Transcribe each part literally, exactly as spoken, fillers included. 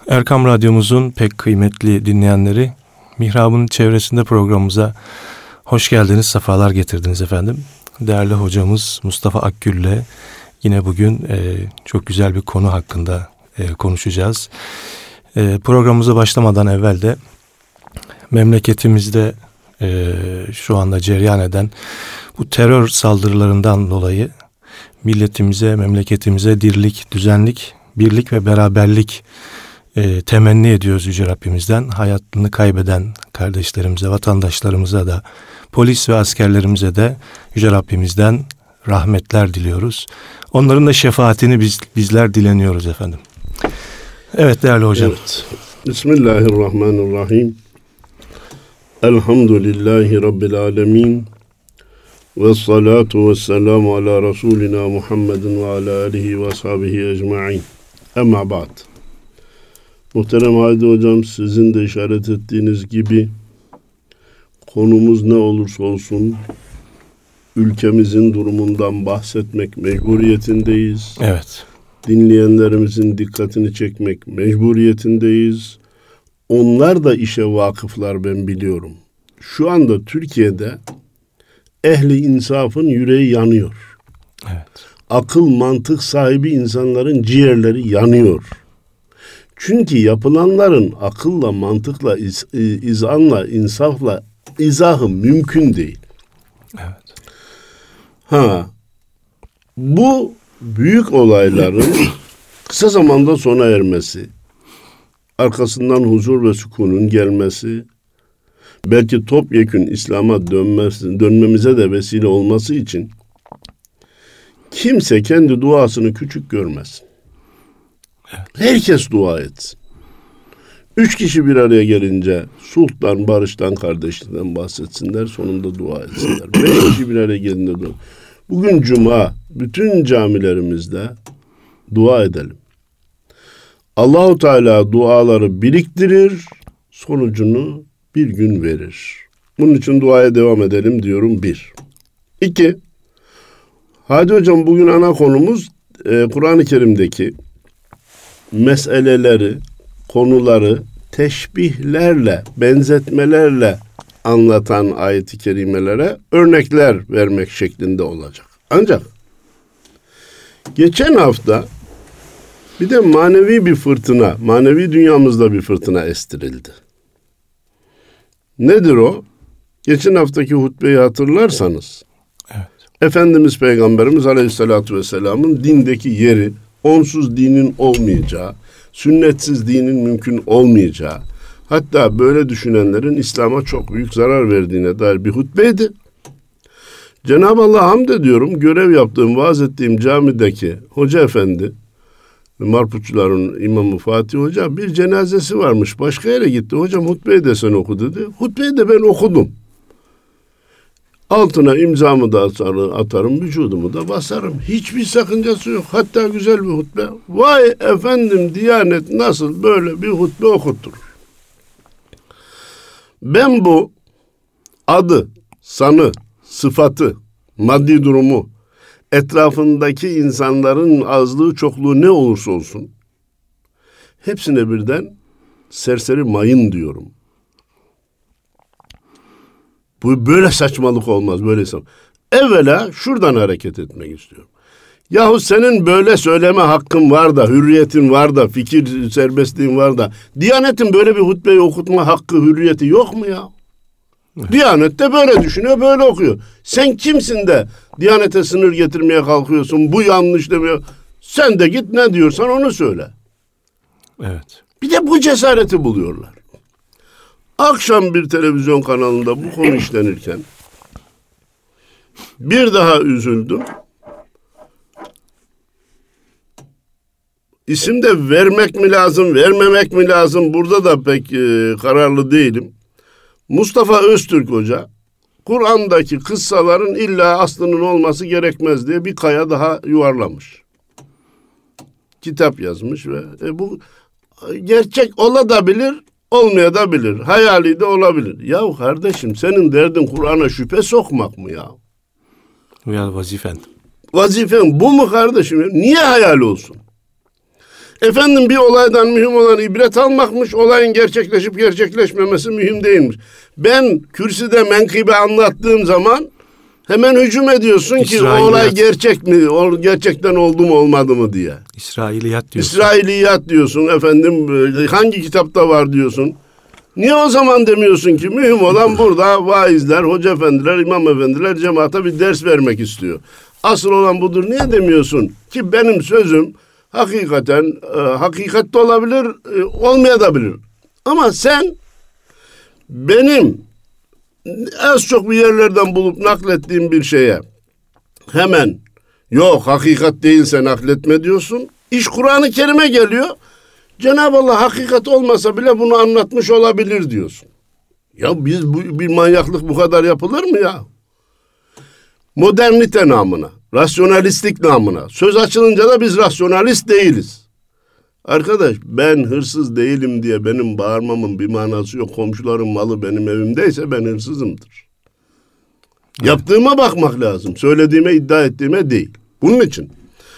Erkam Radyomuzun pek kıymetli dinleyenleri, Mihrab'ın çevresinde programımıza hoş geldiniz, sefalar getirdiniz efendim. Değerli hocamız Mustafa Akgül'le yine bugün e, çok güzel bir konu hakkında e, konuşacağız. E, programımıza başlamadan evvel de memleketimizde e, şu anda cereyan eden bu terör saldırılarından dolayı milletimize, memleketimize dirlik, düzenlik, birlik ve beraberlik e, temenni ediyoruz Yüce Rabbimizden. Hayatını kaybeden kardeşlerimize, vatandaşlarımıza da, polis ve askerlerimize de Yüce Rabbimizden rahmetler diliyoruz. Onların da şefaatini biz, bizler dileniyoruz efendim. Evet değerli hocam. Evet. Bismillahirrahmanirrahim. Elhamdülillahi Rabbil alemin. Ve salatu ve selamu ala Resulina Muhammedin ve ala alihi ve sahbihi ecma'in. Emma ba'd. Muhterem Haydi Hocam, sizin de işaret ettiğiniz gibi konumuz ne olursa olsun ülkemizin durumundan bahsetmek mecburiyetindeyiz. Evet. Dinleyenlerimizin dikkatini çekmek mecburiyetindeyiz. Onlar da işe vakıflar, ben biliyorum. Şu anda Türkiye'de ehli insafın yüreği yanıyor. Evet. Akıl mantık sahibi insanların ciğerleri yanıyor. Çünkü yapılanların akılla, mantıkla, iz, izanla, insafla izahı mümkün değil. Evet. Ha, bu büyük olayların kısa zamanda sona ermesi, arkasından huzur ve sükunun gelmesi, belki topyekün İslam'a dönmesi, dönmemize de vesile olması için kimse kendi duasını küçük görmesin. Evet. Herkes dua etsin. Üç kişi bir araya gelince sulhtan, barıştan, kardeşlikten bahsetsinler, sonunda dua etsinler. Beş kişi bir araya gelince dua. Bugün Cuma, bütün camilerimizde dua edelim. Allahu Teala duaları biriktirir, sonucunu bir gün verir. Bunun için duaya devam edelim diyorum, bir. İki, Hadi hocam, bugün ana konumuz e, Kur'an-ı Kerim'deki meseleleri, konuları teşbihlerle, benzetmelerle anlatan ayet-i kerimelere örnekler vermek şeklinde olacak. Ancak geçen hafta bir de manevi bir fırtına, manevi dünyamızda bir fırtına estirildi. Nedir o? Geçen haftaki hutbeyi hatırlarsanız, Evet. Efendimiz Peygamberimiz Aleyhisselatü Vesselam'ın dindeki yeri, onsuz dinin olmayacağı, sünnetsiz dinin mümkün olmayacağı, hatta böyle düşünenlerin İslam'a çok büyük zarar verdiğine dair bir hutbeydi. Cenab-ı Allah'a hamd ediyorum, görev yaptığım, vaaz ettiğim camideki hoca efendi, Marpuçların İmamı Fatih Hoca, bir cenazesi varmış, başka yere gitti. Hocam hutbeyi de sen oku dedi. Hutbeyi de ben okudum. Altına imzamı da atarım, vücudumu da basarım. Hiçbir sakıncası yok. Hatta güzel bir hutbe. Vay efendim, Diyanet nasıl böyle bir hutbe okutturur? Ben bu adı, sanı, sıfatı, maddi durumu, etrafındaki insanların azlığı çokluğu ne olursa olsun hepsine birden serseri mayın diyorum. Bu böyle saçmalık olmaz, böyle insan. Evvela şuradan hareket etmek istiyorum. Yahu senin böyle söyleme hakkın var da, hürriyetin var da, fikir serbestliğin var da, Diyanet'in böyle bir hutbeyi okutma hakkı, hürriyeti yok mu ya? Evet. Diyanet de böyle düşünüyor, böyle okuyor. Sen kimsin de Diyanet'e sınır getirmeye kalkıyorsun, bu yanlış demiyor. Sen de git ne diyorsan onu söyle. Evet. Bir de bu cesareti buluyorlar. Akşam bir televizyon kanalında bu konu işlenirken bir daha üzüldüm. İsim de vermek mi lazım, vermemek mi lazım? Burada da pek e, kararlı değilim. Mustafa Öztürk Hoca, Kur'an'daki kıssaların illa aslının olması gerekmez diye bir kaya daha yuvarlamış. Kitap yazmış ve e, bu gerçek olabilir, olmayabilir. Hayali de olabilir. Yahu kardeşim, senin derdin Kur'an'a şüphe sokmak mı ya? Ya vazifen. Vazifen bu mu kardeşim? Niye hayal olsun? Efendim bir olaydan mühim olan ibret almakmış, olayın gerçekleşip gerçekleşmemesi mühim değilmiş. Ben kürsüde menkıbe anlattığım zaman hemen hücum ediyorsun ki o olay gerçek mi, o gerçekten oldu mu olmadı mı diye. İsrailiyat diyorsun. İsrailiyat diyorsun efendim, hangi kitapta var diyorsun. Niye o zaman demiyorsun ki mühim olan burada vaizler, hoca efendiler, imam efendiler cemaate bir ders vermek istiyor. Asıl olan budur. Niye demiyorsun ki benim sözüm hakikaten e, hakikat de olabilir, e, olmayabilir. Ama sen benim az çok bir yerlerden bulup naklettiğim bir şeye hemen yok hakikat değilse nakletme diyorsun. İş Kur'an-ı Kerim'e geliyor. Cenab-ı Allah hakikat olmasa bile bunu anlatmış olabilir diyorsun. Ya biz bu, bir manyaklık bu kadar yapılır mı ya? Modernite namına, rasyonalistlik namına. Söz açılınca da biz rasyonalist değiliz. Arkadaş ben hırsız değilim diye benim bağırmamın bir manası yok. Komşuların malı benim evimdeyse ben hırsızımdır. Evet. Yaptığıma bakmak lazım. Söylediğime, iddia ettiğime değil. Bunun için.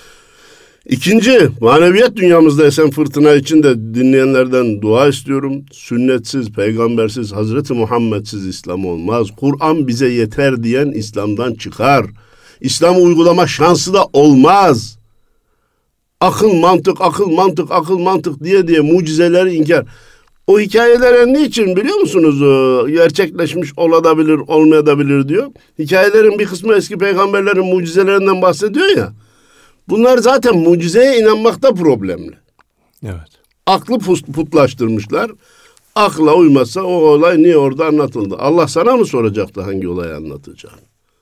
İkinci, maneviyat dünyamızda esen fırtına için de dinleyenlerden dua istiyorum. Sünnetsiz, peygambersiz, Hazreti Muhammedsiz İslam olmaz. Kur'an bize yeter diyen İslam'dan çıkar. İslam'ı uygulama şansı da olmaz. Akıl, mantık, akıl, mantık, akıl, mantık diye diye mucizeleri inkar. O hikayelere niçin biliyor musunuz? Gerçekleşmiş olabilir, olmayabilir diyor. Hikayelerin bir kısmı eski peygamberlerin mucizelerinden bahsediyor ya. Bunlar zaten mucizeye inanmakta problemli. Evet. Aklı putlaştırmışlar. Akla uymazsa o olay niye orada anlatıldı? Allah sana mı soracaktı hangi olayı anlatacağını?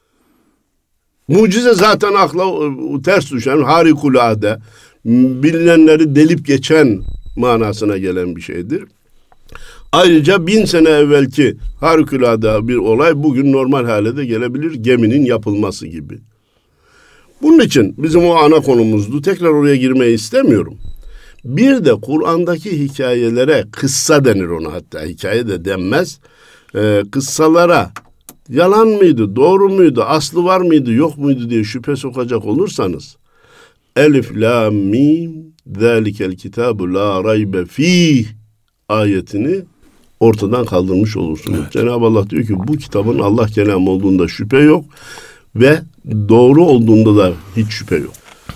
Mucize zaten akla ters düşen, harikulade, bilinenleri delip geçen manasına gelen bir şeydir. Ayrıca bin sene evvelki harikulade bir olay bugün normal hale de gelebilir. Geminin yapılması gibi. Bunun için bizim o ana konumuzdu. Tekrar oraya girmeyi istemiyorum. Bir de Kur'an'daki hikayelere kıssa denir ona, hatta hikaye de denmez. Ee, kıssalara yalan mıydı, doğru muydu, aslı var mıydı, yok muydu diye şüphe sokacak olursanız Elif, la, mim, zâlikel kitâbu la raybe fîh ayetini ortadan kaldırmış olursunuz. Evet. Cenab-ı Allah diyor ki bu kitabın Allah kelamı olduğunda şüphe yok ve doğru olduğunda da hiç şüphe yok.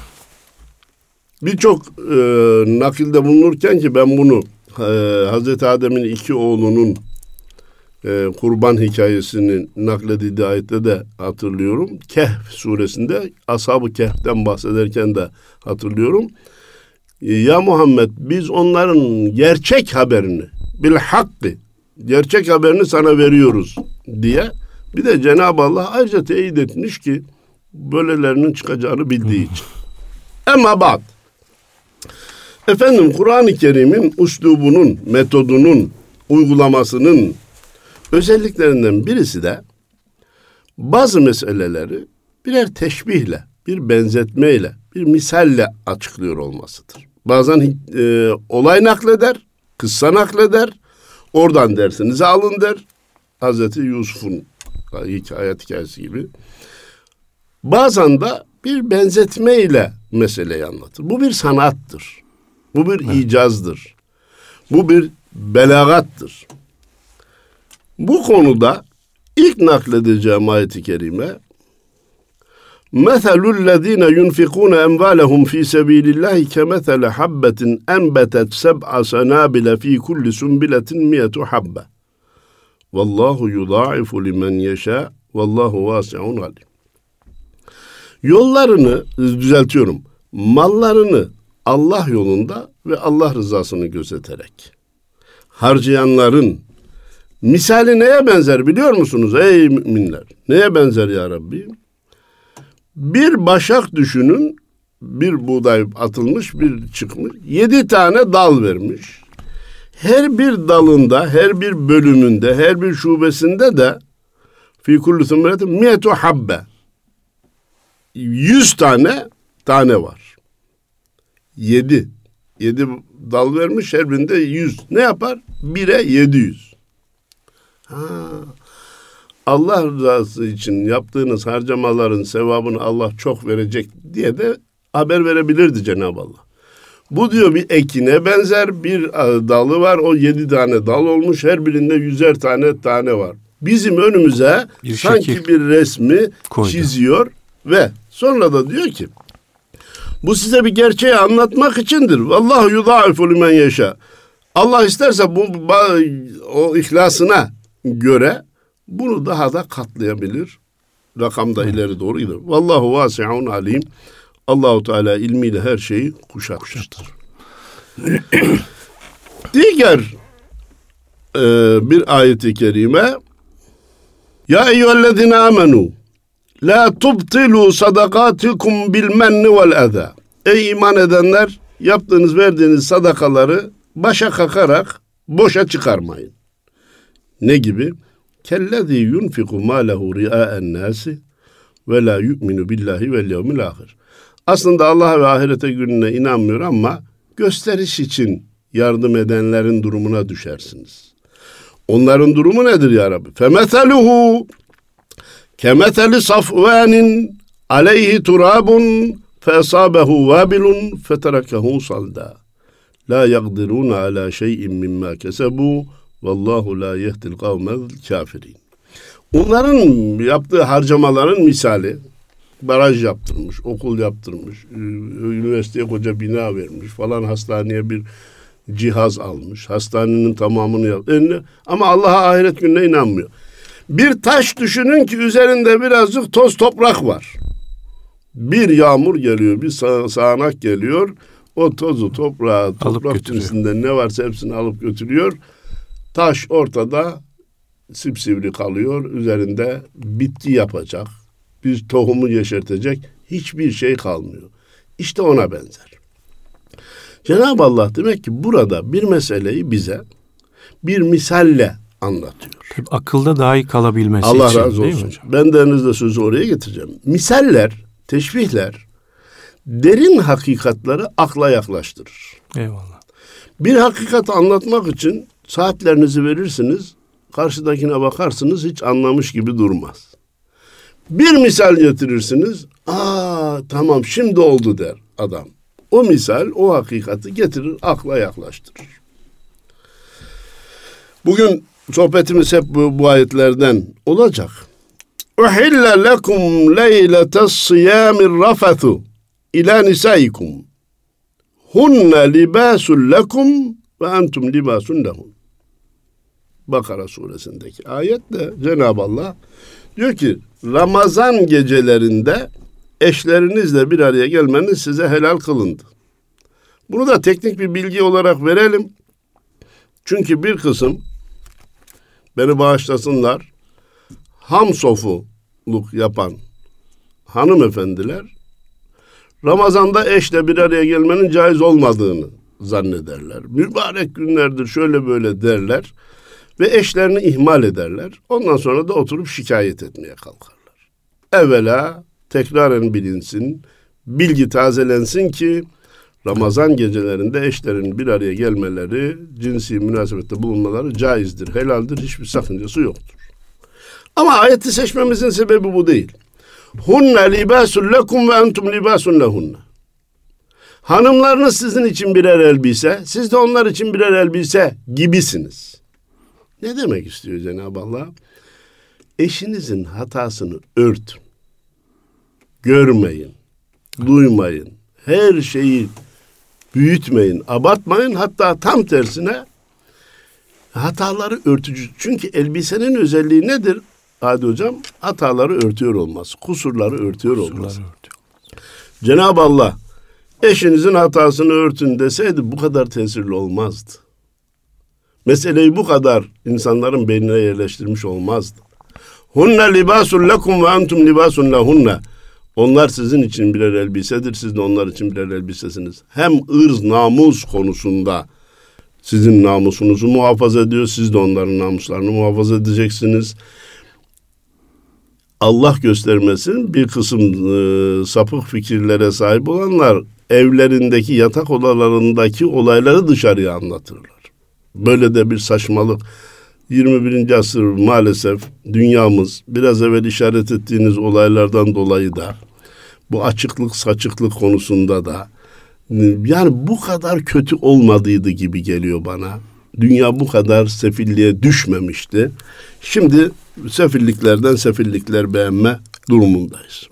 Birçok e, nakilde bulunurken ki ben bunu e, Hazreti Adem'in iki oğlunun e, kurban hikayesini nakledildiği ayette de hatırlıyorum. Kehf suresinde Ashab-ı Kehf'ten bahsederken de hatırlıyorum. E, ya Muhammed biz onların gerçek haberini bil hakkı gerçek haberini sana veriyoruz diye bir de Cenab-ı Allah ayrıca teyit etmiş ki böylelerinin çıkacağını bildiği için. Ama bak efendim Kur'an-ı Kerim'in üslubunun, metodunun, uygulamasının özelliklerinden birisi de bazı meseleleri birer teşbihle, bir benzetmeyle, bir misalle açıklıyor olmasıdır. Bazen e, olay nakleder, kıssa nakleder, oradan dersinizi alın der. Hazreti Yusuf'un hikayet hikayesi gibi. Bazen de bir benzetmeyle meseleyi anlatır. Bu bir sanattır. Bu bir evet. icazdır. Bu bir belagattır. Bu konuda ilk nakledeceğim ayet-i kerime مَثَلُ الَّذ۪ينَ يُنْفِقُونَ اَمْوَالَهُمْ ف۪ي سَب۪يلِ اللّٰهِ كَمَثَلَ حَبَّةٍ اَنْبَتَتْ سَبْعَ سَنَابِلَ ف۪ي كُلِّ سُنْبِلَةٍ مِيَةُ حَبَّةٍ وَاللّٰهُ يُضَاعِفُ لِمَنْ يَشَاءُ وَاللّٰهُ وَاسِعٌ عَلِيمٌ. Yollarını düzeltiyorum. Mallarını Allah yolunda ve Allah rızasını gözeterek harcayanların misali neye benzer biliyor musunuz ey müminler? Neye benzer ya Rabbi? Bir başak düşünün, bir buğday atılmış, bir çıkmış, yedi tane dal vermiş. Her bir dalında, her bir bölümünde, her bir şubesinde de fi kulli sumretin miyetu habbe. Yüz tane tane var. Yedi. Yedi dal vermiş, her birinde yüz. Ne yapar? Bire yedi yüz. Ha. Allah rızası için yaptığınız harcamaların sevabını Allah çok verecek diye de haber verebilirdi Cenab-ı Allah. Bu diyor bir ekine benzer, bir dalı var, o yedi tane dal olmuş, her birinde yüzer tane tane var. Bizim önümüze bir sanki bir resmi koydu, çiziyor ve sonra da diyor ki bu size bir gerçeği anlatmak içindir. Vallahu yudâifu limen yeşâ. Allah isterse bu o ihlasına göre bunu daha da katlayabilir. Rakamda evet, ileri doğru gider. Vallahu vasi'un alim. Allahu Teala ilmiyle her şeyi kuşatmıştır. Diğer e, bir ayet-i kerime Ya eyyühellezine amenu la tubtilu sadakatikum bil menni vel eza. Ey iman edenler, yaptığınız verdiğiniz sadakaları başa kakarak boşa çıkarmayın. Ne gibi? Kellezî yunfiku mâlehu riâen nâsi ve la yu'minu billahi vel yevmil âhir. Aslında Allah'a ve ahirete gününe inanmıyor ama gösteriş için yardım edenlerin durumuna düşersiniz. Onların durumu nedir ya Rabbi? فَمَثَلُهُ كَمَثَلِ صَفْوَانٍ عَلَيْهِ تُرَابٌ فَأَصَابَهُ وَابِلٌ فَتَرَكَهُ صَلْدًا لَا يَقْدِرُونَ عَلَى شَيْءٍ مِمَّا كَسَبُوا وَاللّٰهُ لَا يَهْدِ الْقَوْمَ الْكَافِرِينَ. Onların yaptığı harcamaların misali, baraj yaptırmış, okul yaptırmış, üniversiteye koca bina vermiş falan, hastaneye bir cihaz almış, hastanenin tamamını yaptı. Ama Allah'a ahiret gününe inanmıyor. Bir taş düşünün ki üzerinde birazcık toz toprak var. Bir yağmur geliyor, bir sağ, sağanak geliyor. O tozu toprağı, toprak içerisinde ne varsa hepsini alıp götürüyor. Taş ortada sipsivri kalıyor. Üzerinde bitki yapacak, bir tohumu yeşertecek hiçbir şey kalmıyor. İşte ona benzer. Cenab-ı Allah demek ki burada bir meseleyi bize bir misalle anlatıyor. Tabii akılda dahi kalabilmesi Allah için. Allah razı olsun. Ben derinizde sözü oraya getireceğim. Misaller, teşbihler derin hakikatları akla yaklaştırır. Eyvallah. Bir hakikati anlatmak için saatlerinizi verirsiniz, karşıdakine bakarsınız, hiç anlamış gibi durmaz. Bir misal getirirsiniz, aa tamam şimdi oldu der adam. O misal, o hakikati getirir, akla yaklaştırır. Bugün sohbetimiz hep bu, bu ayetlerden olacak. Uhille lekum leyletes siyamir rafathu ila nisaikum. Hunne libasul lekum ve entum libasun lehun. Bakara suresindeki ayette Cenab-ı Allah diyor ki Ramazan gecelerinde eşlerinizle bir araya gelmeniz size helal kılındı. Bunu da teknik bir bilgi olarak verelim. Çünkü bir kısım, beni bağışlasınlar, hamsofuluk yapan hanımefendiler Ramazan'da eşle bir araya gelmenin caiz olmadığını zannederler. Mübarek günlerdir şöyle böyle derler ve eşlerini ihmal ederler. Ondan sonra da oturup şikayet etmeye kalkarlar. Evvela tekraren bilinsin, bilgi tazelensin ki Ramazan gecelerinde eşlerin bir araya gelmeleri, cinsi münasebette bulunmaları caizdir, helaldir, hiçbir sakıncası yoktur. Ama ayeti seçmemizin sebebi bu değil. Hunne libasun lekum ve entum libasun lehunne. Hanımlarınız sizin için birer elbise, siz de onlar için birer elbise gibisiniz. Ne demek istiyor Cenab-ı Allah? Eşinizin hatasını örtün. Görmeyin, duymayın, her şeyi büyütmeyin, abartmayın. Hatta tam tersine hataları örtücü. Çünkü elbisenin özelliği nedir? Hadi hocam, hataları örtüyor olması, kusurları örtüyor olması. Cenab-ı Allah eşinizin hatasını örtün deseydi bu kadar tesirli olmazdı. Meseleyi bu kadar insanların beynine yerleştirmiş olmazdı. Hunne libasun lekum ve entum libasun lehunne. Onlar sizin için birer elbisedir, siz de onlar için birer elbisesiniz. Hem ırz, namus konusunda sizin namusunuzu muhafaza ediyor, siz de onların namuslarını muhafaza edeceksiniz. Allah göstermesin, bir kısım e, sapık fikirlere sahip olanlar evlerindeki yatak odalarındaki olayları dışarıya anlatırlar. Böyle de bir saçmalık. yirmi birinci asır maalesef dünyamız biraz evvel işaret ettiğiniz olaylardan dolayı da bu açıklık saçıklık konusunda da Yani bu kadar kötü olmadıydı gibi geliyor bana. Dünya bu kadar sefilliğe düşmemişti. Şimdi sefilliklerden sefillikler beğenme durumundayız.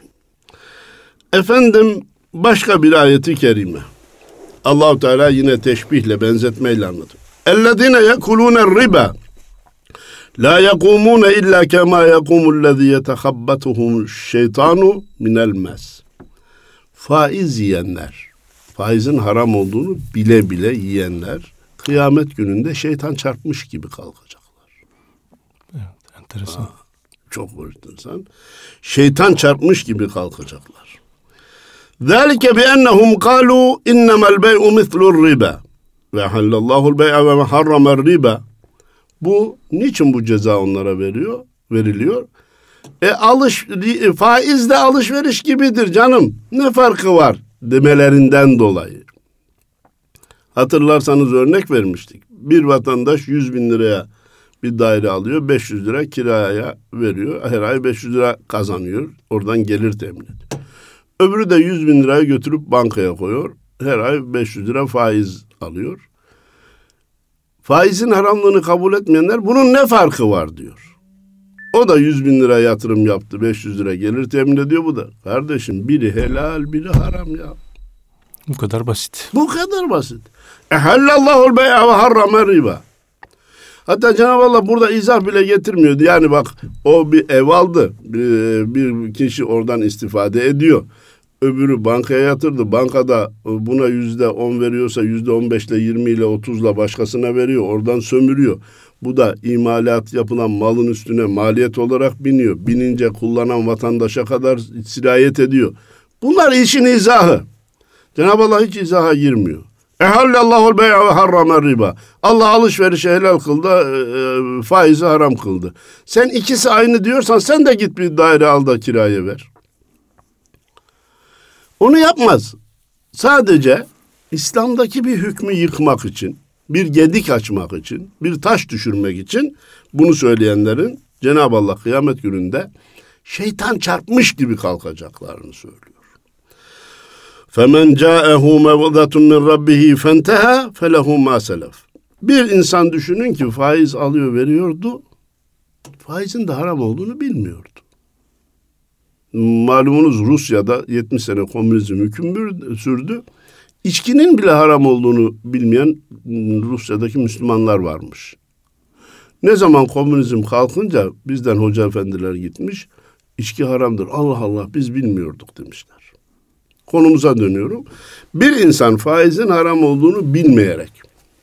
Efendim başka bir ayeti kerime. Allah-u Teala yine teşbihle, benzetmeyle anlatıyor. اَلَّذِينَ يَكُلُونَ الرِّبَا لَا يَقُومُونَ اِلَّا كَمَا يَقُومُ الَّذِي يَتَخَبَّتُهُ الشَّيْطَانُ مِنَ الْمَسِ. Faiz yiyenler, faizin haram olduğunu bile bile yiyenler, kıyamet gününde şeytan çarpmış gibi kalkacaklar. Evet, enteresan. Aa, çok enteresan. Şeytan çarpmış gibi kalkacaklar. ذَلِكَ بِأَنَّهُمْ قَالُوا اِنَّمَا الْبَيْءُ مِثْلُ الرِّبَا وَحَلَّ اللّٰهُ الْبَيْءَ وَحَرَّمَ الرِّبَا. Bu niçin bu ceza onlara veriyor, veriliyor? E alış faiz de alışveriş gibidir canım. Ne farkı var demelerinden dolayı. Hatırlarsanız örnek vermiştik. Bir vatandaş yüz bin liraya bir daire alıyor, beş yüz lira kiraya veriyor. Her ay beş yüz lira kazanıyor. Oradan gelir temin ediyor. Öbürü de yüz bin lirayı götürüp bankaya koyuyor. Her ay beş yüz lira faiz alıyor. Faizin haramlığını kabul etmeyenler bunun ne farkı var diyor. O da yüz bin lira yatırım yaptı. beş yüz lira gelir temin ediyor bu da. Kardeşim biri helal biri haram ya. Bu kadar basit. Bu kadar basit. Ehallallahul bey'a ve harrama riba. Hatta Cenab-ı Allah burada izah bile getirmiyordu. Yani bak o bir ev aldı. Bir, bir kişi oradan istifade ediyor. Öbürü bankaya yatırdı. Bankada buna yüzde on veriyorsa yüzde on beşle yirmiyle otuzla başkasına veriyor. Oradan sömürüyor. Bu da imalat yapılan malın üstüne maliyet olarak biniyor. Binince kullanan vatandaşa kadar sirayet ediyor. Bunlar işin izahı. Cenab-ı Allah hiç izaha girmiyor. Ehallallahul bey'a ve harrama riba. Allah alışverişi helal kıldı, e, faizi haram kıldı. Sen ikisi aynı diyorsan sen de git bir daire al da kiraya ver. Onu yapmaz. Sadece İslam'daki bir hükmü yıkmak için, bir gedik açmak için, bir taş düşürmek için bunu söyleyenlerin Cenab-ı Allah kıyamet gününde şeytan çarpmış gibi kalkacaklarını söylüyor. فَمَنْ جَاءَهُ مَوْضَةٌ مِنْ رَبِّهِ فَانْتَهَا فَلَهُ مَا سَلَفْ. Bir insan düşünün ki faiz alıyor veriyordu. Faizin de haram olduğunu bilmiyordu. Malumunuz Rusya'da yetmiş sene komünizm hüküm sürdü. İçkinin bile haram olduğunu bilmeyen Rusya'daki Müslümanlar varmış. Ne zaman komünizm kalkınca bizden hoca efendiler gitmiş. İçki haramdır. Allah Allah biz bilmiyorduk demişler. Konumuza dönüyorum. Bir insan faizin haram olduğunu bilmeyerek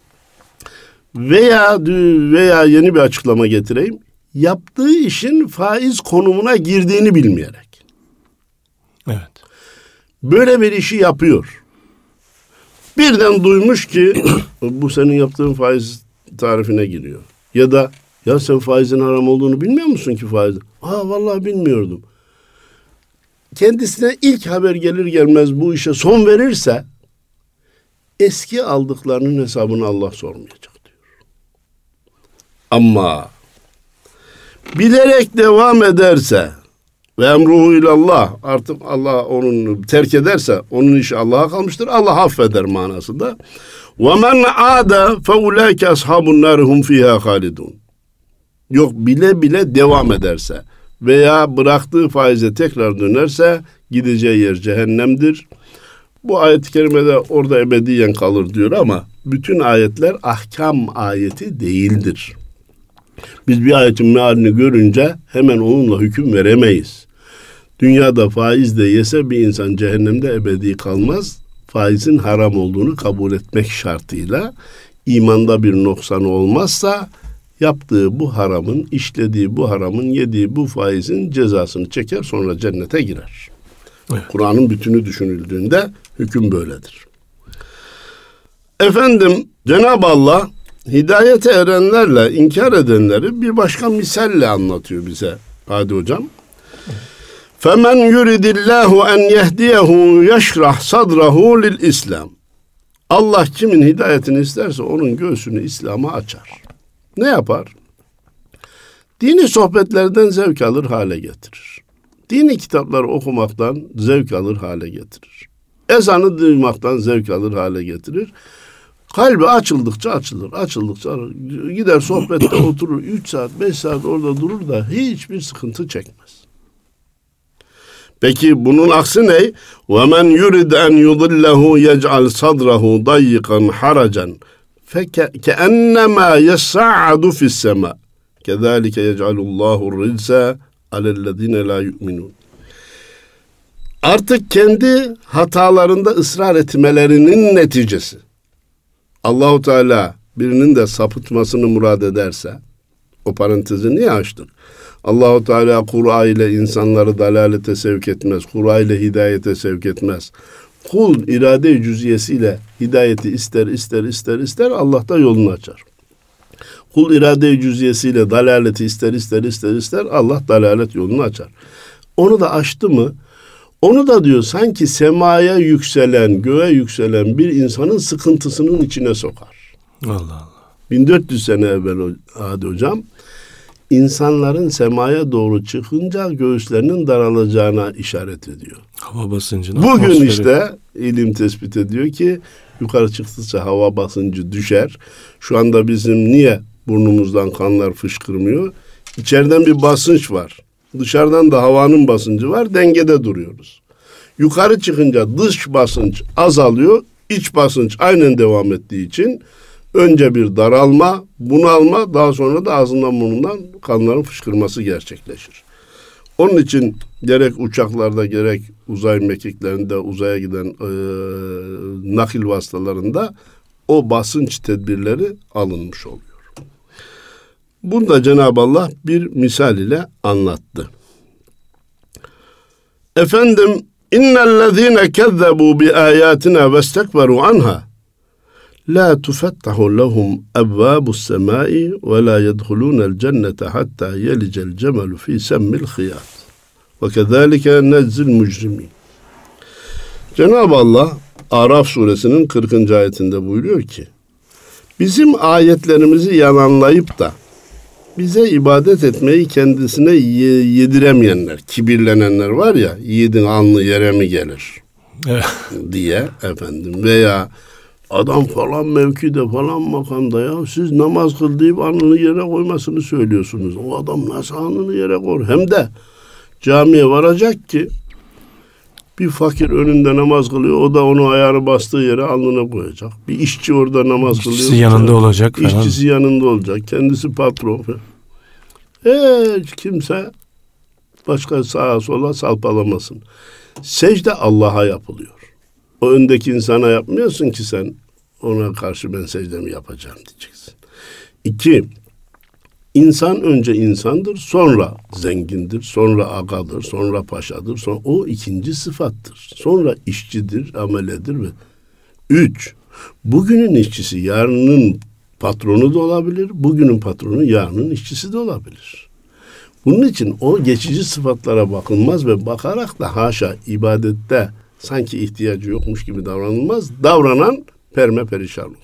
veya veya yeni bir açıklama getireyim. Yaptığı işin faiz konumuna girdiğini bilmeyerek. Evet. Böyle bir işi yapıyor. Birden duymuş ki bu senin yaptığın faiz tarifine giriyor. Ya da ya sen faizin haram olduğunu bilmiyor musun ki faiz? Aa vallahi bilmiyordum. Kendisine ilk haber gelir gelmez bu işe son verirse eski aldıklarının hesabını Allah sormayacak diyor. Ama bilerek devam ederse ve emruhu ilallah, artık Allah onun terk ederse onun işi Allah'a kalmıştır. Allah affeder manasında. Ve men aada fe ulaike ashabun nar hum fiha halidun. Yok bile bile devam ederse veya bıraktığı faize tekrar dönerse gideceği yer cehennemdir. Bu ayet-i kerimede orada ebediyen kalır diyor ama bütün ayetler ahkam ayeti değildir. Biz bir ayetin mealini görünce hemen onunla hüküm veremeyiz. Dünyada faiz de yese bir insan cehennemde ebedi kalmaz. Faizin haram olduğunu kabul etmek şartıyla imanda bir noksanı olmazsa yaptığı bu haramın, işlediği bu haramın, yediği bu faizin cezasını çeker sonra cennete girer. Evet. Kur'an'ın bütünü düşünüldüğünde hüküm böyledir. Efendim Cenab-ı Allah hidayete erenlerle inkar edenleri bir başka misalle anlatıyor bize. Hadi hocam. فَمَنْ يُرِدِ اللّٰهُ اَنْ يَهْدِيَهُ يَشْرَحْ صَدْرَهُ لِلْاِسْلَامِ. Allah kimin hidayetini isterse onun göğsünü İslam'a açar. Ne yapar? Dini sohbetlerden zevk alır hale getirir. Dini kitapları okumaktan zevk alır hale getirir. Ezanı duymaktan zevk alır hale getirir. Kalbi açıldıkça açılır, açıldıkça açılır. Gider sohbette oturur, üç saat, beş saat orada durur da hiçbir sıkıntı çekmez. Peki bunun aksi ne? وَمَنْ يُرِدْ أَنْ يُضِلَّهُ يَجْعَلْ صَدْرَهُ ضَيِّقًا حَرَجًا فَكَأَنَّمَا يَسَّعَّدُ فِي السَّمَاءِ كَذَٰلِكَ يَجْعَلُ اللّٰهُ الرِّجْسَ عَلَى الَّذ۪ينَ لَا يُؤْمِنُونَ. Artık kendi hatalarında ısrar etmelerinin neticesi. Allahu Teala birinin de sapıtmasını murad ederse, o parantezi niye açtık? Allahu Teala Kur'an ile insanları dalalete sevk etmez. Kur'an ile hidayete sevk etmez. Kul irade-i cüziyesiyle hidayeti ister ister ister ister, Allah da yolunu açar. Kul irade-i cüziyesiyle dalaleti ister ister ister ister, Allah dalalet yolunu açar. Onu da açtı mı, onu da diyor sanki semaya yükselen, göğe yükselen bir insanın sıkıntısının içine sokar. Allah Allah. bin dört yüz sene evvel Hadi Hocam, insanların semaya doğru çıkınca göğüslerinin daralacağına işaret ediyor. Hava basıncını. Bugün atmosferi. işte ilim tespit ediyor ki yukarı çıktıkça hava basıncı düşer. Şu anda bizim niye burnumuzdan kanlar fışkırmıyor? İçeriden bir basınç var. Dışarıdan da havanın basıncı var. Dengede duruyoruz. Yukarı çıkınca dış basınç azalıyor. İç basınç aynen devam ettiği için önce bir daralma, bunalma, daha sonra da ağzından burnundan kanların fışkırması gerçekleşir. Onun için gerek uçaklarda gerek uzay mekiklerinde uzaya giden e, nakil vasıtalarında o basınç tedbirleri alınmış oluyor. Bunu da Cenab-ı Allah bir misal ile anlattı. Efendim, innellezîne kezzebû bi âyâtina vestekberû anha la tufettahu lehum ebvâbus semâi ve la yedhulûnel cennete hattâ yelicel cemelu fî semmil khiyât ve kezâlike nezzil mücrimîn. Cenab-ı Allah Araf suresinin kırkıncı ayetinde buyuruyor ki, bizim ayetlerimizi yalanlayıp da bize ibadet etmeyi kendisine yediremeyenler, kibirlenenler var ya, yiğidin alnı yere mi gelir diye efendim, veya adam falan mevkide falan makamda, ya siz namaz kıl deyip alnını yere koymasını söylüyorsunuz. O adam nasıl alnını yere koyar? Hem de camiye varacak ki bir fakir önünde namaz kılıyor, o da onu ayağını bastığı yere alnına koyacak. Bir işçi orada namaz kılıyor. İşçisi yanında olacak falan. İşçisi yanında olacak. Kendisi patron falan. Hiç kimse başka sağa sola salpalamasın. Secde Allah'a yapılıyor. O öndeki insana yapmıyorsun ki sen, ona karşı ben secdemi yapacağım diyeceksin. İki, insan önce insandır, sonra zengindir, sonra agadır, sonra paşadır, sonra o ikinci sıfattır. Sonra işçidir, ameledir ve üç, bugünün işçisi yarının patronu da olabilir, bugünün patronu yarının işçisi de olabilir. Bunun için o geçici sıfatlara bakılmaz ve bakarak da haşa ibadette sanki ihtiyacı yokmuş gibi davranılmaz. Davranan perme perişan olur.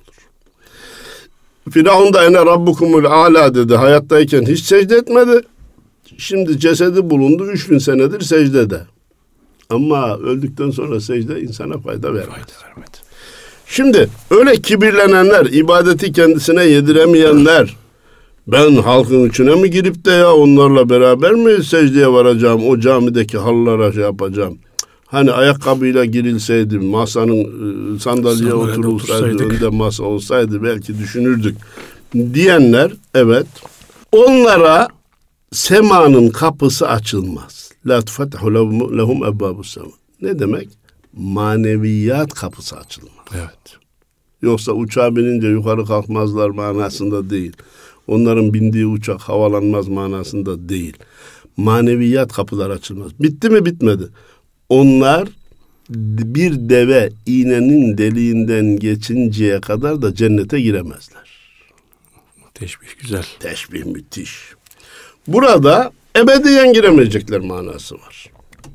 Firavun da ene rabbukumul âlâ dedi. Hayattayken hiç secde etmedi. Şimdi cesedi bulundu. Üç bin senedir secdede. Ama öldükten sonra secde insana fayda vermedi. Fayda vermedi. Şimdi öyle kibirlenenler, ibadeti kendisine yediremeyenler, ben halkın içine mi girip de ya onlarla beraber mi secdeye varacağım, o camideki halılara şey yapacağım. Hani ayakkabıyla girilseydi, masanın sandalyeye oturulsaydı, önde masa olsaydı belki düşünürdük diyenler, evet, onlara semanın kapısı açılmaz. La tufettahu lehum ebbâbus sema. Ne demek? Maneviyat kapısı açılmaz. Evet. Yoksa uçağa binince yukarı kalkmazlar manasında değil. Onların bindiği uçak havalanmaz manasında değil. Maneviyat kapılar açılmaz. Bitti mi? Bitmedi. Onlar bir deve iğnenin deliğinden geçinceye kadar da cennete giremezler. Teşbih güzel. Teşbih müthiş. Burada ebediyen giremeyecekler manası var.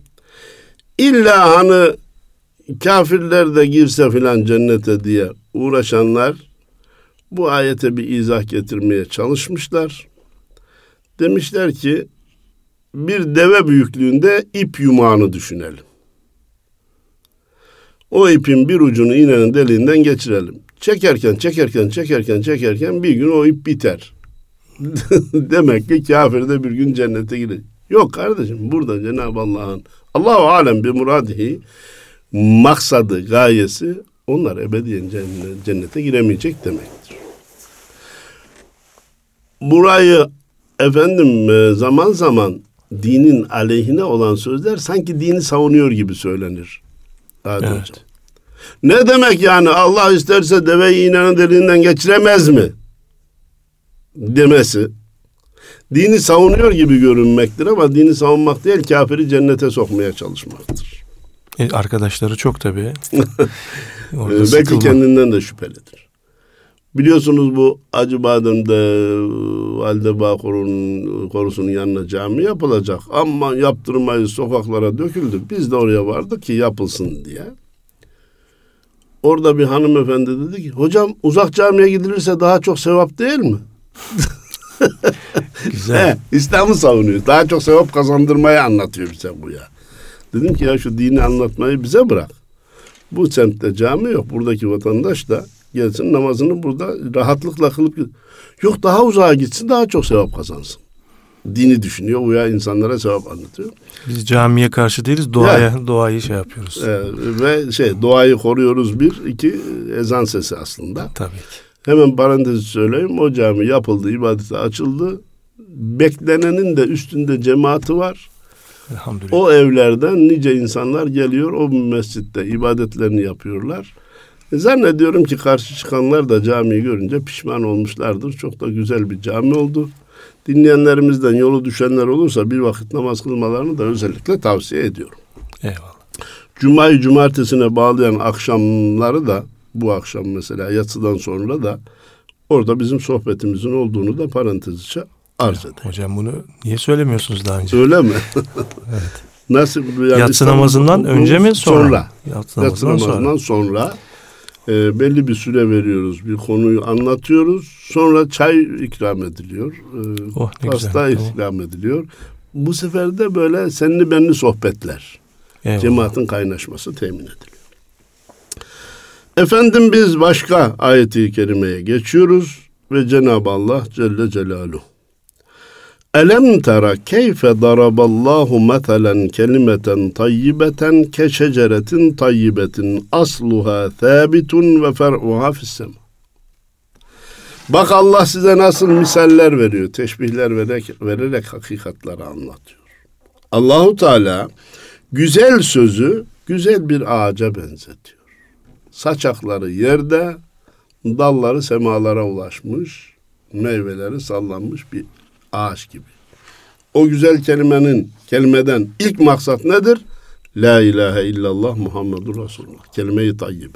İlla hani kafirler de girse filan cennete diye uğraşanlar bu ayete bir izah getirmeye çalışmışlar. Demişler ki bir deve büyüklüğünde ip yumağını düşünelim. O ipin bir ucunu iğnenin deliğinden geçirelim. Çekerken, çekerken, çekerken, çekerken bir gün o ip biter. Demek ki kafir de bir gün cennete girer. Yok kardeşim, burada Cenab-ı Allah'ın Allahu alem bi muradihi maksadı, gayesi onlar ebediyen cennete, cennete giremeyecek demektir. Burayı efendim zaman zaman dinin aleyhine olan sözler sanki dini savunuyor gibi söylenir. Evet. Hocam. Ne demek yani Allah isterse deveyi iğnenin deliğinden geçiremez mi? Demesi. Dini savunuyor gibi görünmektir ama dini savunmak değil, kafiri cennete sokmaya çalışmaktır. E, arkadaşları çok tabii. Belki sıkılma. Kendinden de şüphelidir. Biliyorsunuz bu Acıbadem'de Valide Bağkur'un korusunun yanına cami yapılacak. Ama yaptırmayız, sokaklara döküldü. Biz de oraya vardık ki yapılsın diye. Orada bir hanımefendi dedi ki, hocam uzak camiye gidilirse daha çok sevap değil mi? Güzel. He, İslam'ı savunuyor. Daha çok sevap kazandırmayı anlatıyor bize bu ya. Dedim ki ya şu dini anlatmayı bize bırak. Bu semtte cami yok. Buradaki vatandaş da gelsin namazını burada rahatlıkla kılıp yok daha uzağa gitsin, daha çok sevap kazansın. Dini düşünüyor. Bu ya insanlara sevap anlatıyor. Biz camiye karşı değiliz. Doğaya, yani, doğayı şey yapıyoruz. E, ve şey doğayı koruyoruz bir. iki ezan sesi aslında. Tabii ki. Hemen parantezi söyleyeyim. O cami yapıldı, ibadete açıldı. Beklenenin de üstünde cemaati var. Elhamdülillah. O evlerden nice insanlar geliyor. O mescitte ibadetlerini yapıyorlar. E, zannediyorum ki karşı çıkanlar da camiyi görünce pişman olmuşlardır. Çok da güzel bir cami oldu. Dinleyenlerimizden yolu düşenler olursa bir vakit namaz kılmalarını da özellikle tavsiye ediyorum. Eyvallah. Cuma'yı cumartesine bağlayan akşamları da bu akşam mesela yatsıdan sonra da orada bizim sohbetimizin olduğunu da parantez içe arz edeyim. Hocam bunu niye söylemiyorsunuz daha önce? Öyle mi? Evet. Nasıl? Yani yatsı namazından önce mi sonra? Sonra. Yatsı, yatsı namazından sonra, sonra e, belli bir süre veriyoruz. Bir konuyu anlatıyoruz. Sonra çay ikram ediliyor. E, oh, pasta güzel. ikram Tamam. ediliyor. Bu sefer de böyle senli benli sohbetler. Eyvallah. Cemaatin kaynaşması temin ediliyor. Efendim biz başka ayeti kerimeye geçiyoruz ve Cenab-ı Allah Celle Celaluhu Elem tera keyfe daraballahu meselen kelimeten tayyibeten ke şeceretin tayyibetin asluha thabitun ve fer'uha fissema. Bak Allah size nasıl misaller veriyor, teşbihler vererek, vererek hakikatleri anlatıyor. Allahu Teala güzel sözü güzel bir ağaca benzetiyor. Saçakları yerde, dalları semalara ulaşmış, meyveleri sallanmış bir ağaç gibi. O güzel kelimenin, kelimeden ilk maksat nedir? La ilahe illallah Muhammedur Resulullah. Kelime-i tayyibe.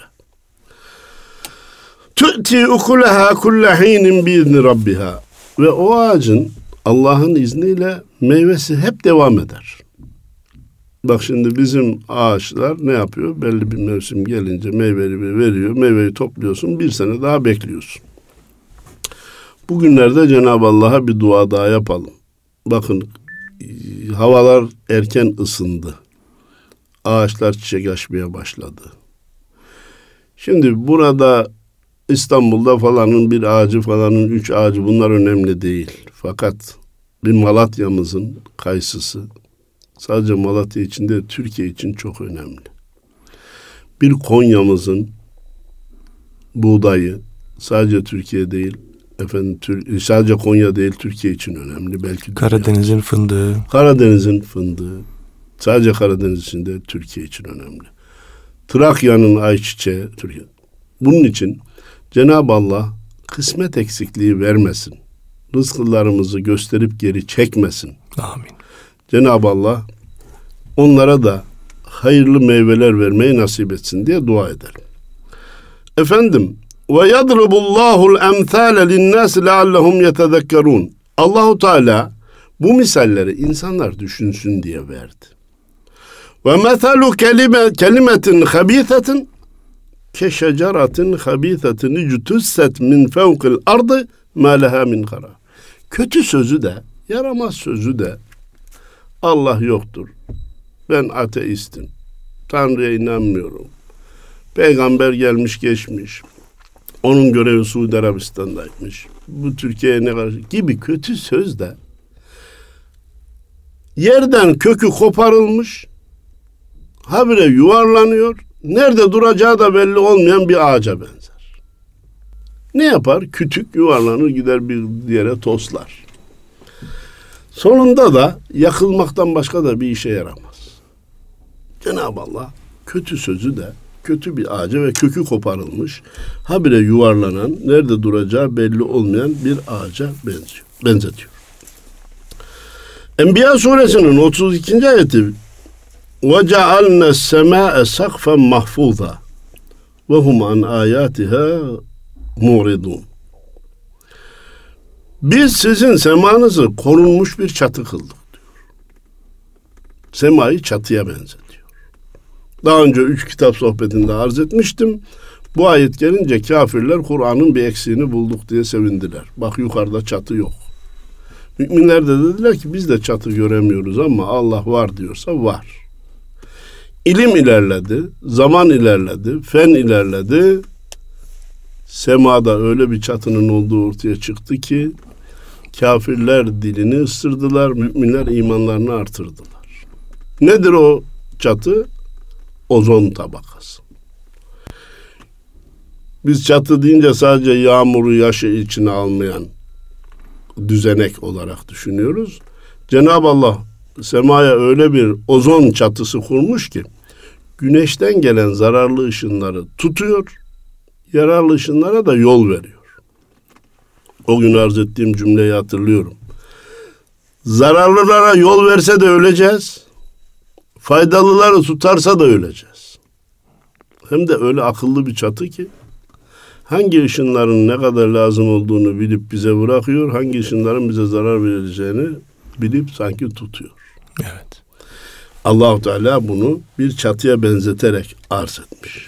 Tu'ti ukulaha kulle hinin biizni rabbiha. Ve o ağacın Allah'ın izniyle meyvesi hep devam eder. Bak şimdi bizim ağaçlar ne yapıyor? Belli bir mevsim gelince meyveyi veriyor. Meyveyi topluyorsun. Bir sene daha bekliyorsun. Bugünlerde Cenab-ı Allah'a bir dua daha yapalım. Bakın havalar erken ısındı. Ağaçlar çiçek açmaya başladı. Şimdi burada İstanbul'da falanın bir ağacı falanın üç ağacı bunlar önemli değil. Fakat bir Malatya'mızın kayısısı sadece Malatya için de Türkiye için çok önemli. Bir Konya'mızın buğdayı sadece Türkiye değil, efendim sadece Konya değil Türkiye için önemli. Belki Karadeniz'in fındığı. Karadeniz'in fındığı sadece Karadeniz için de Türkiye için önemli. Trakya'nın ayçiçeği Türkiye. Bunun için Cenab-ı Allah kısmet eksikliği vermesin. Rızklarımızı gösterip geri çekmesin. Amin. Cenab-ı Allah onlara da hayırlı meyveler vermeyi nasip etsin diye dua edelim. Efendim ve yadribullahul emsale linnâs leallehum yetezekkerûn. Allahu Teala bu misalleri insanlar düşünsün diye verdi. Ve mesalu kelime kelimetin habîsetin ke şeceratin habîsetin ictusset min fevkil ardı ma leha min kara. Kötü sözü de, yaramaz sözü de Allah yoktur. Ben ateistim. Tanrı'ya inanmıyorum. Peygamber gelmiş geçmiş. Onun görevi Suudi Arabistan'daymış. Bu Türkiye'ye ne karşı gibi kötü söz de yerden kökü koparılmış, habire yuvarlanıyor, nerede duracağı da belli olmayan bir ağaca benzer. Ne yapar? Kütük yuvarlanır gider bir yere toslar. Sonunda da yakılmaktan başka da bir işe yaramaz. Cenab-ı Allah kötü sözü de kötü bir ağaca ve kökü koparılmış, habire yuvarlanan, nerede duracağı belli olmayan bir ağaca benziyor, benzetiyor. Enbiya suresinin otuz ikinci ayeti وَجَعَلْنَا السَّمَاءَ سَقْفًا مَحْفُوظًا وَهُمْ عَنْ آيَاتِهَا مُعْرِضُونَ. Biz sizin semanızı korunmuş bir çatı kıldık diyor. Semayı çatıya benzetiyor. Daha önce üç kitap sohbetinde arz etmiştim. Bu ayet gelince kafirler Kur'an'ın bir eksiğini bulduk diye sevindiler. Bak yukarıda çatı yok. Müminler de dediler ki biz de çatı göremiyoruz ama Allah var diyorsa var. İlim ilerledi, zaman ilerledi, fen ilerledi. Semada öyle bir çatının olduğu ortaya çıktı ki kafirler dilini ısırdılar, müminler imanlarını artırdılar. Nedir o çatı? Ozon tabakası. Biz çatı deyince sadece yağmuru, yaşı içine almayan düzenek olarak düşünüyoruz. Cenab-ı Allah semaya öyle bir ozon çatısı kurmuş ki güneşten gelen zararlı ışınları tutuyor, yararlı ışınlara da yol veriyor. O gün arz ettiğim cümleyi hatırlıyorum. Zararlılara yol verse de öleceğiz, faydalıları tutarsa da öleceğiz. Hem de öyle akıllı bir çatı ki hangi ışınların ne kadar lazım olduğunu bilip bize bırakıyor, hangi ışınların bize zarar vereceğini bilip sanki tutuyor. Evet. Allah-u Teala bunu bir çatıya benzeterek arz etmiş.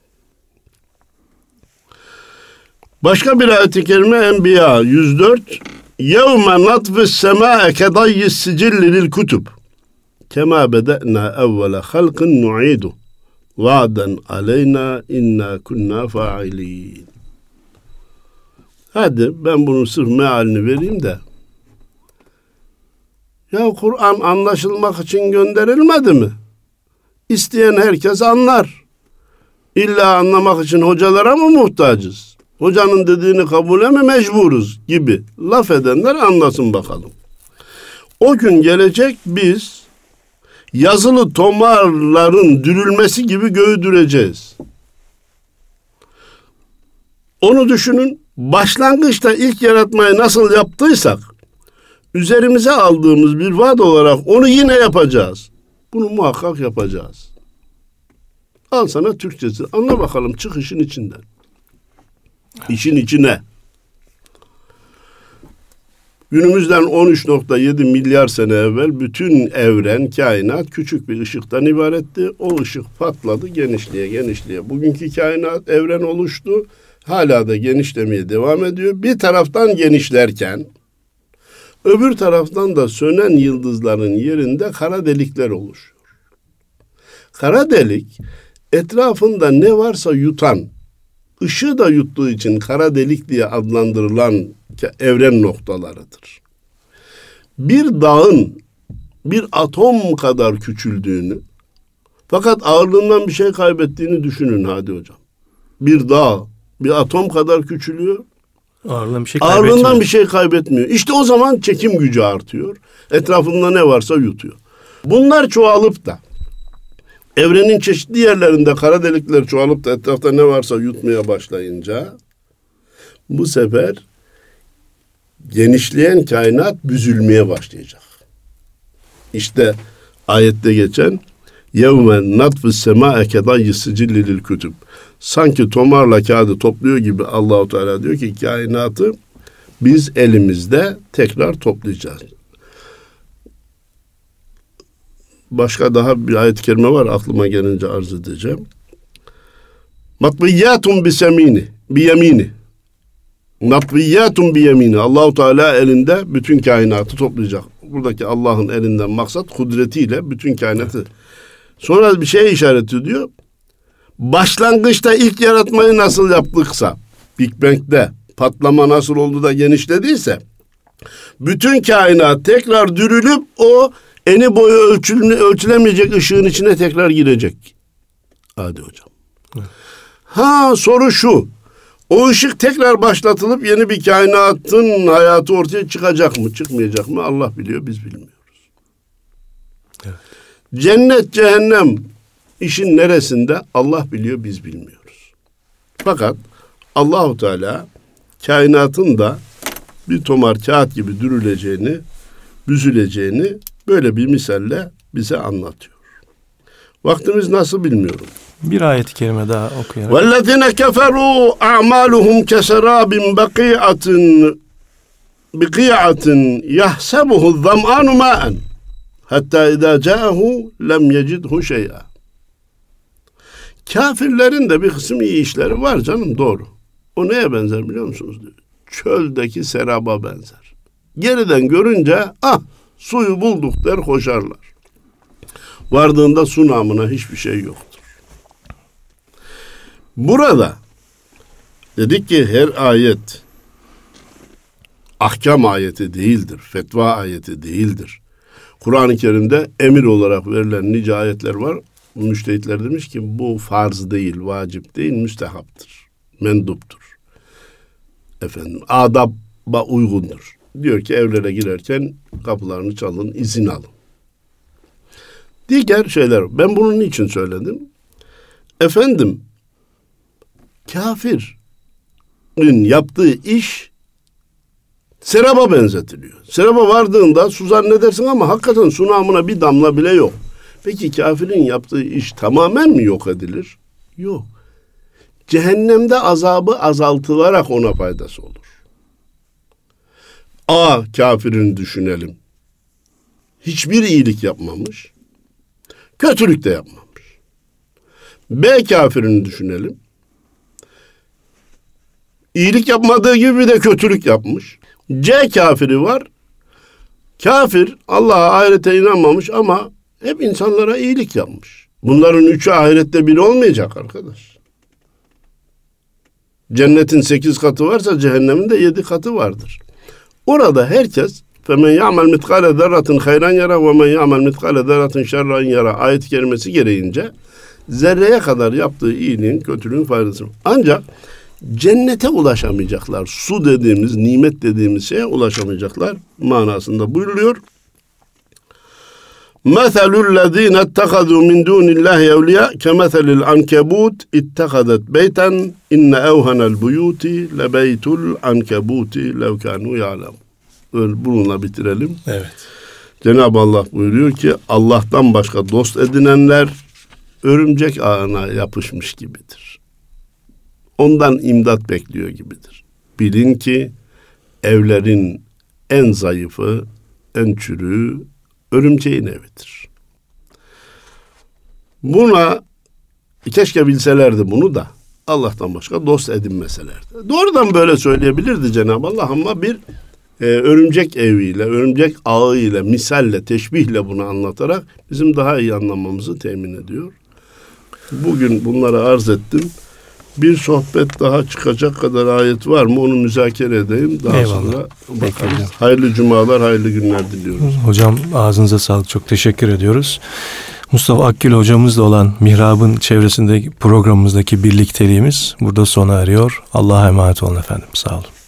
Başka bir ayet-i kerime Enbiya yüz dört يَوْمَ نَطْفِ السَّمَاءَ كَضَيِّ السِّجِلِّ لِلْكُتُبِ كَمَا بَدَأْنَا أَوَّلَ خَلْقٍ نُعِيدُ وَعْدًا عَلَيْنَا اِنَّا كُنَّا فَاعِلِينَ. Hadi ben bunun sırf mealini vereyim de. Ya Kur'an anlaşılmak için gönderilmedi mi? İsteyen herkes anlar. İlla anlamak için hocalara mı muhtacız? Hocanın dediğini kabule mi mecburuz gibi laf edenler anlasın bakalım. O gün gelecek biz yazılı tomarların dürülmesi gibi göğü düreceğiz. Onu düşünün, başlangıçta ilk yaratmayı nasıl yaptıysak, üzerimize aldığımız bir vaat olarak onu yine yapacağız. Bunu muhakkak yapacağız. Al sana Türkçesi, anla bakalım, çık işin içinden. İşin içine. Günümüzden on üç nokta yedi milyar sene evvel bütün evren, kainat küçük bir ışıktan ibaretti. O ışık patladı genişliğe genişliğe. Bugünkü kainat, evren oluştu. Hala da genişlemeye devam ediyor. Bir taraftan genişlerken öbür taraftan da sönen yıldızların yerinde kara delikler oluşuyor. Kara delik etrafında ne varsa yutan, ışığı da yuttuğu için kara delik diye adlandırılan evren noktalarıdır. Bir dağın bir atom kadar küçüldüğünü, fakat ağırlığından bir şey kaybettiğini düşünün hadi hocam. Bir dağ bir atom kadar küçülüyor. Ağırlığından bir şey Ağırlığından bir şey kaybetmiyor. İşte o zaman çekim gücü artıyor. Etrafında ne varsa yutuyor. Bunlar çoğalıp da evrenin çeşitli yerlerinde kara delikler çoğalıp da etrafta ne varsa yutmaya başlayınca bu sefer genişleyen kainat büzülmeye başlayacak. İşte ayette geçen يَوْمَ نَطْفِ السَّمَاءَ كَضَيِّ السِّجِلِّ لِلْكُتُبِ sanki tomarla kağıdı topluyor gibi Allah-u Teala diyor ki kainatı biz elimizde tekrar toplayacağız. Başka daha bir ayet-i kerime var, aklıma gelince arz edeceğim. Matviyyatun bisemini, biyemini. Matviyyatun biyemini. Allah-u Teala elinde bütün kainatı toplayacak. Buradaki Allah'ın elinden maksat kudretiyle bütün kainatı. Sonra bir şeye işaret ediyor. başlangıçta ilk yaratmayı nasıl yaptıksa, Big Bang'de patlama nasıl oldu da genişlediyse, bütün kainat tekrar dürülüp o eni boyu ölçülü, ölçülemeyecek ışığın içine tekrar girecek. Hadi hocam. Evet. Ha, soru şu. O ışık tekrar başlatılıp yeni bir kainatın hayatı ortaya çıkacak mı, çıkmayacak mı? Allah biliyor, biz bilmiyoruz. Evet. Cennet, cehennem işin neresinde? Allah biliyor, biz bilmiyoruz. Fakat Allahu Teala kainatın da bir tomar kağıt gibi dürüleceğini, büzüleceğini böyle bir misalle bize anlatıyor. Vaktimiz nasıl bilmiyorum. Bir ayet-i kerime daha okuyarak. وَالَّذِينَ كَفَرُوا أَعْمَالُهُمْ كَسَرَابٍ بَقِيعَةٍ بِقِيعَةٍ يَحْسَبُهُ الظَّمْآنُ مَاءً حَتَّى إِذَا جَاءَهُ لَمْ يَجِدْهُ شَيْئًا. Kafirlerin de bir kısım iyi işleri var canım, doğru. O neye benzer biliyor musunuz? Diyor. Çöldeki seraba benzer. Geriden görünce ah suyu bulduk der koşarlar. Vardığında su namına hiçbir şey yoktur. Burada dedik ki her ayet ahkam ayeti değildir, fetva ayeti değildir. Kur'an-ı Kerim'de emir olarak verilen nice ayetler var. Müştehitler demiş ki bu farz değil, vacip değil, müstehaptır, menduptur. Efendim, adaba uygundur. Diyor ki evlere girerken kapılarını çalın, izin alın. Diğer şeyler, ben bunun niçin söyledim? Efendim, kafirin yaptığı iş seraba benzetiliyor. Seraba vardığında su zannedersin ama hakikaten su namına bir damla bile yok. Peki kafirin yaptığı iş tamamen mi yok edilir? Yok. Cehennemde azabı azaltılarak ona faydası olur. A kafirini düşünelim. Hiçbir iyilik yapmamış. Kötülük de yapmamış. B kafirini düşünelim. İyilik yapmadığı gibi bir de kötülük yapmış. C kafiri var. Kafir Allah'a, ahirete inanmamış ama hep insanlara iyilik yapmış. Bunların üçü ahirette bir olmayacak arkadaş. Cennetin sekiz katı varsa cehennemin de yedi katı vardır. Orada herkes فَمَنْ يَعْمَلْ مِثْقَالَ ذَرَّةٍ خَيْرًا يَرَى وَمَنْ يَعْمَلْ مِثْقَالَ ذَرَّةٍ شَرًّا يَرَى ayet-i kerimesi gereğince zerreye kadar yaptığı iyiliğin, kötülüğün faydası. Ancak cennete ulaşamayacaklar. Su dediğimiz, nimet dediğimiz şeye ulaşamayacaklar manasında buyuruluyor. مَثَلُ الَّذ۪ينَ اتَّخَذُوا مِنْ دُونِ اللّٰهِ اَوْلِيَا كَمَثَلِ الْعَنْكَبُوتِ اتَّخَذَتْ بَيْتًا اِنَّ اَوْهَنَ الْبُيُوتِ لَبَيْتُ الْعَنْكَبُوتِ لَوْ كَانُوا يَعْلَمُونَ. Bununla bitirelim. Evet. Cenab-ı Allah buyuruyor ki Allah'tan başka dost edinenler örümcek ağına yapışmış gibidir. Ondan imdat bekliyor gibidir. Bilin ki evlerin en zayıfı, en çürüğü örümceğin evidir. Buna keşke bilselerdi bunu da Allah'tan başka dost edinmeselerdi. Doğrudan böyle söyleyebilirdi Cenab-ı Allah ama bir e, örümcek eviyle, örümcek ağıyla, misalle, teşbihle bunu anlatarak bizim daha iyi anlamamızı temin ediyor. Bugün bunları arz ettim. Bir sohbet daha çıkacak kadar ayet var mı? Onu müzakere edeyim. Daha Eyvallah. sonra bakarız. Hayırlı cumalar, hayırlı günler diliyoruz. Hocam ağzınıza sağlık. Çok teşekkür ediyoruz. Mustafa Akgül hocamızla olan Mihrab'ın çevresindeki programımızdaki birlikteliğimiz burada sona eriyor. Allah'a emanet olun efendim. Sağ olun.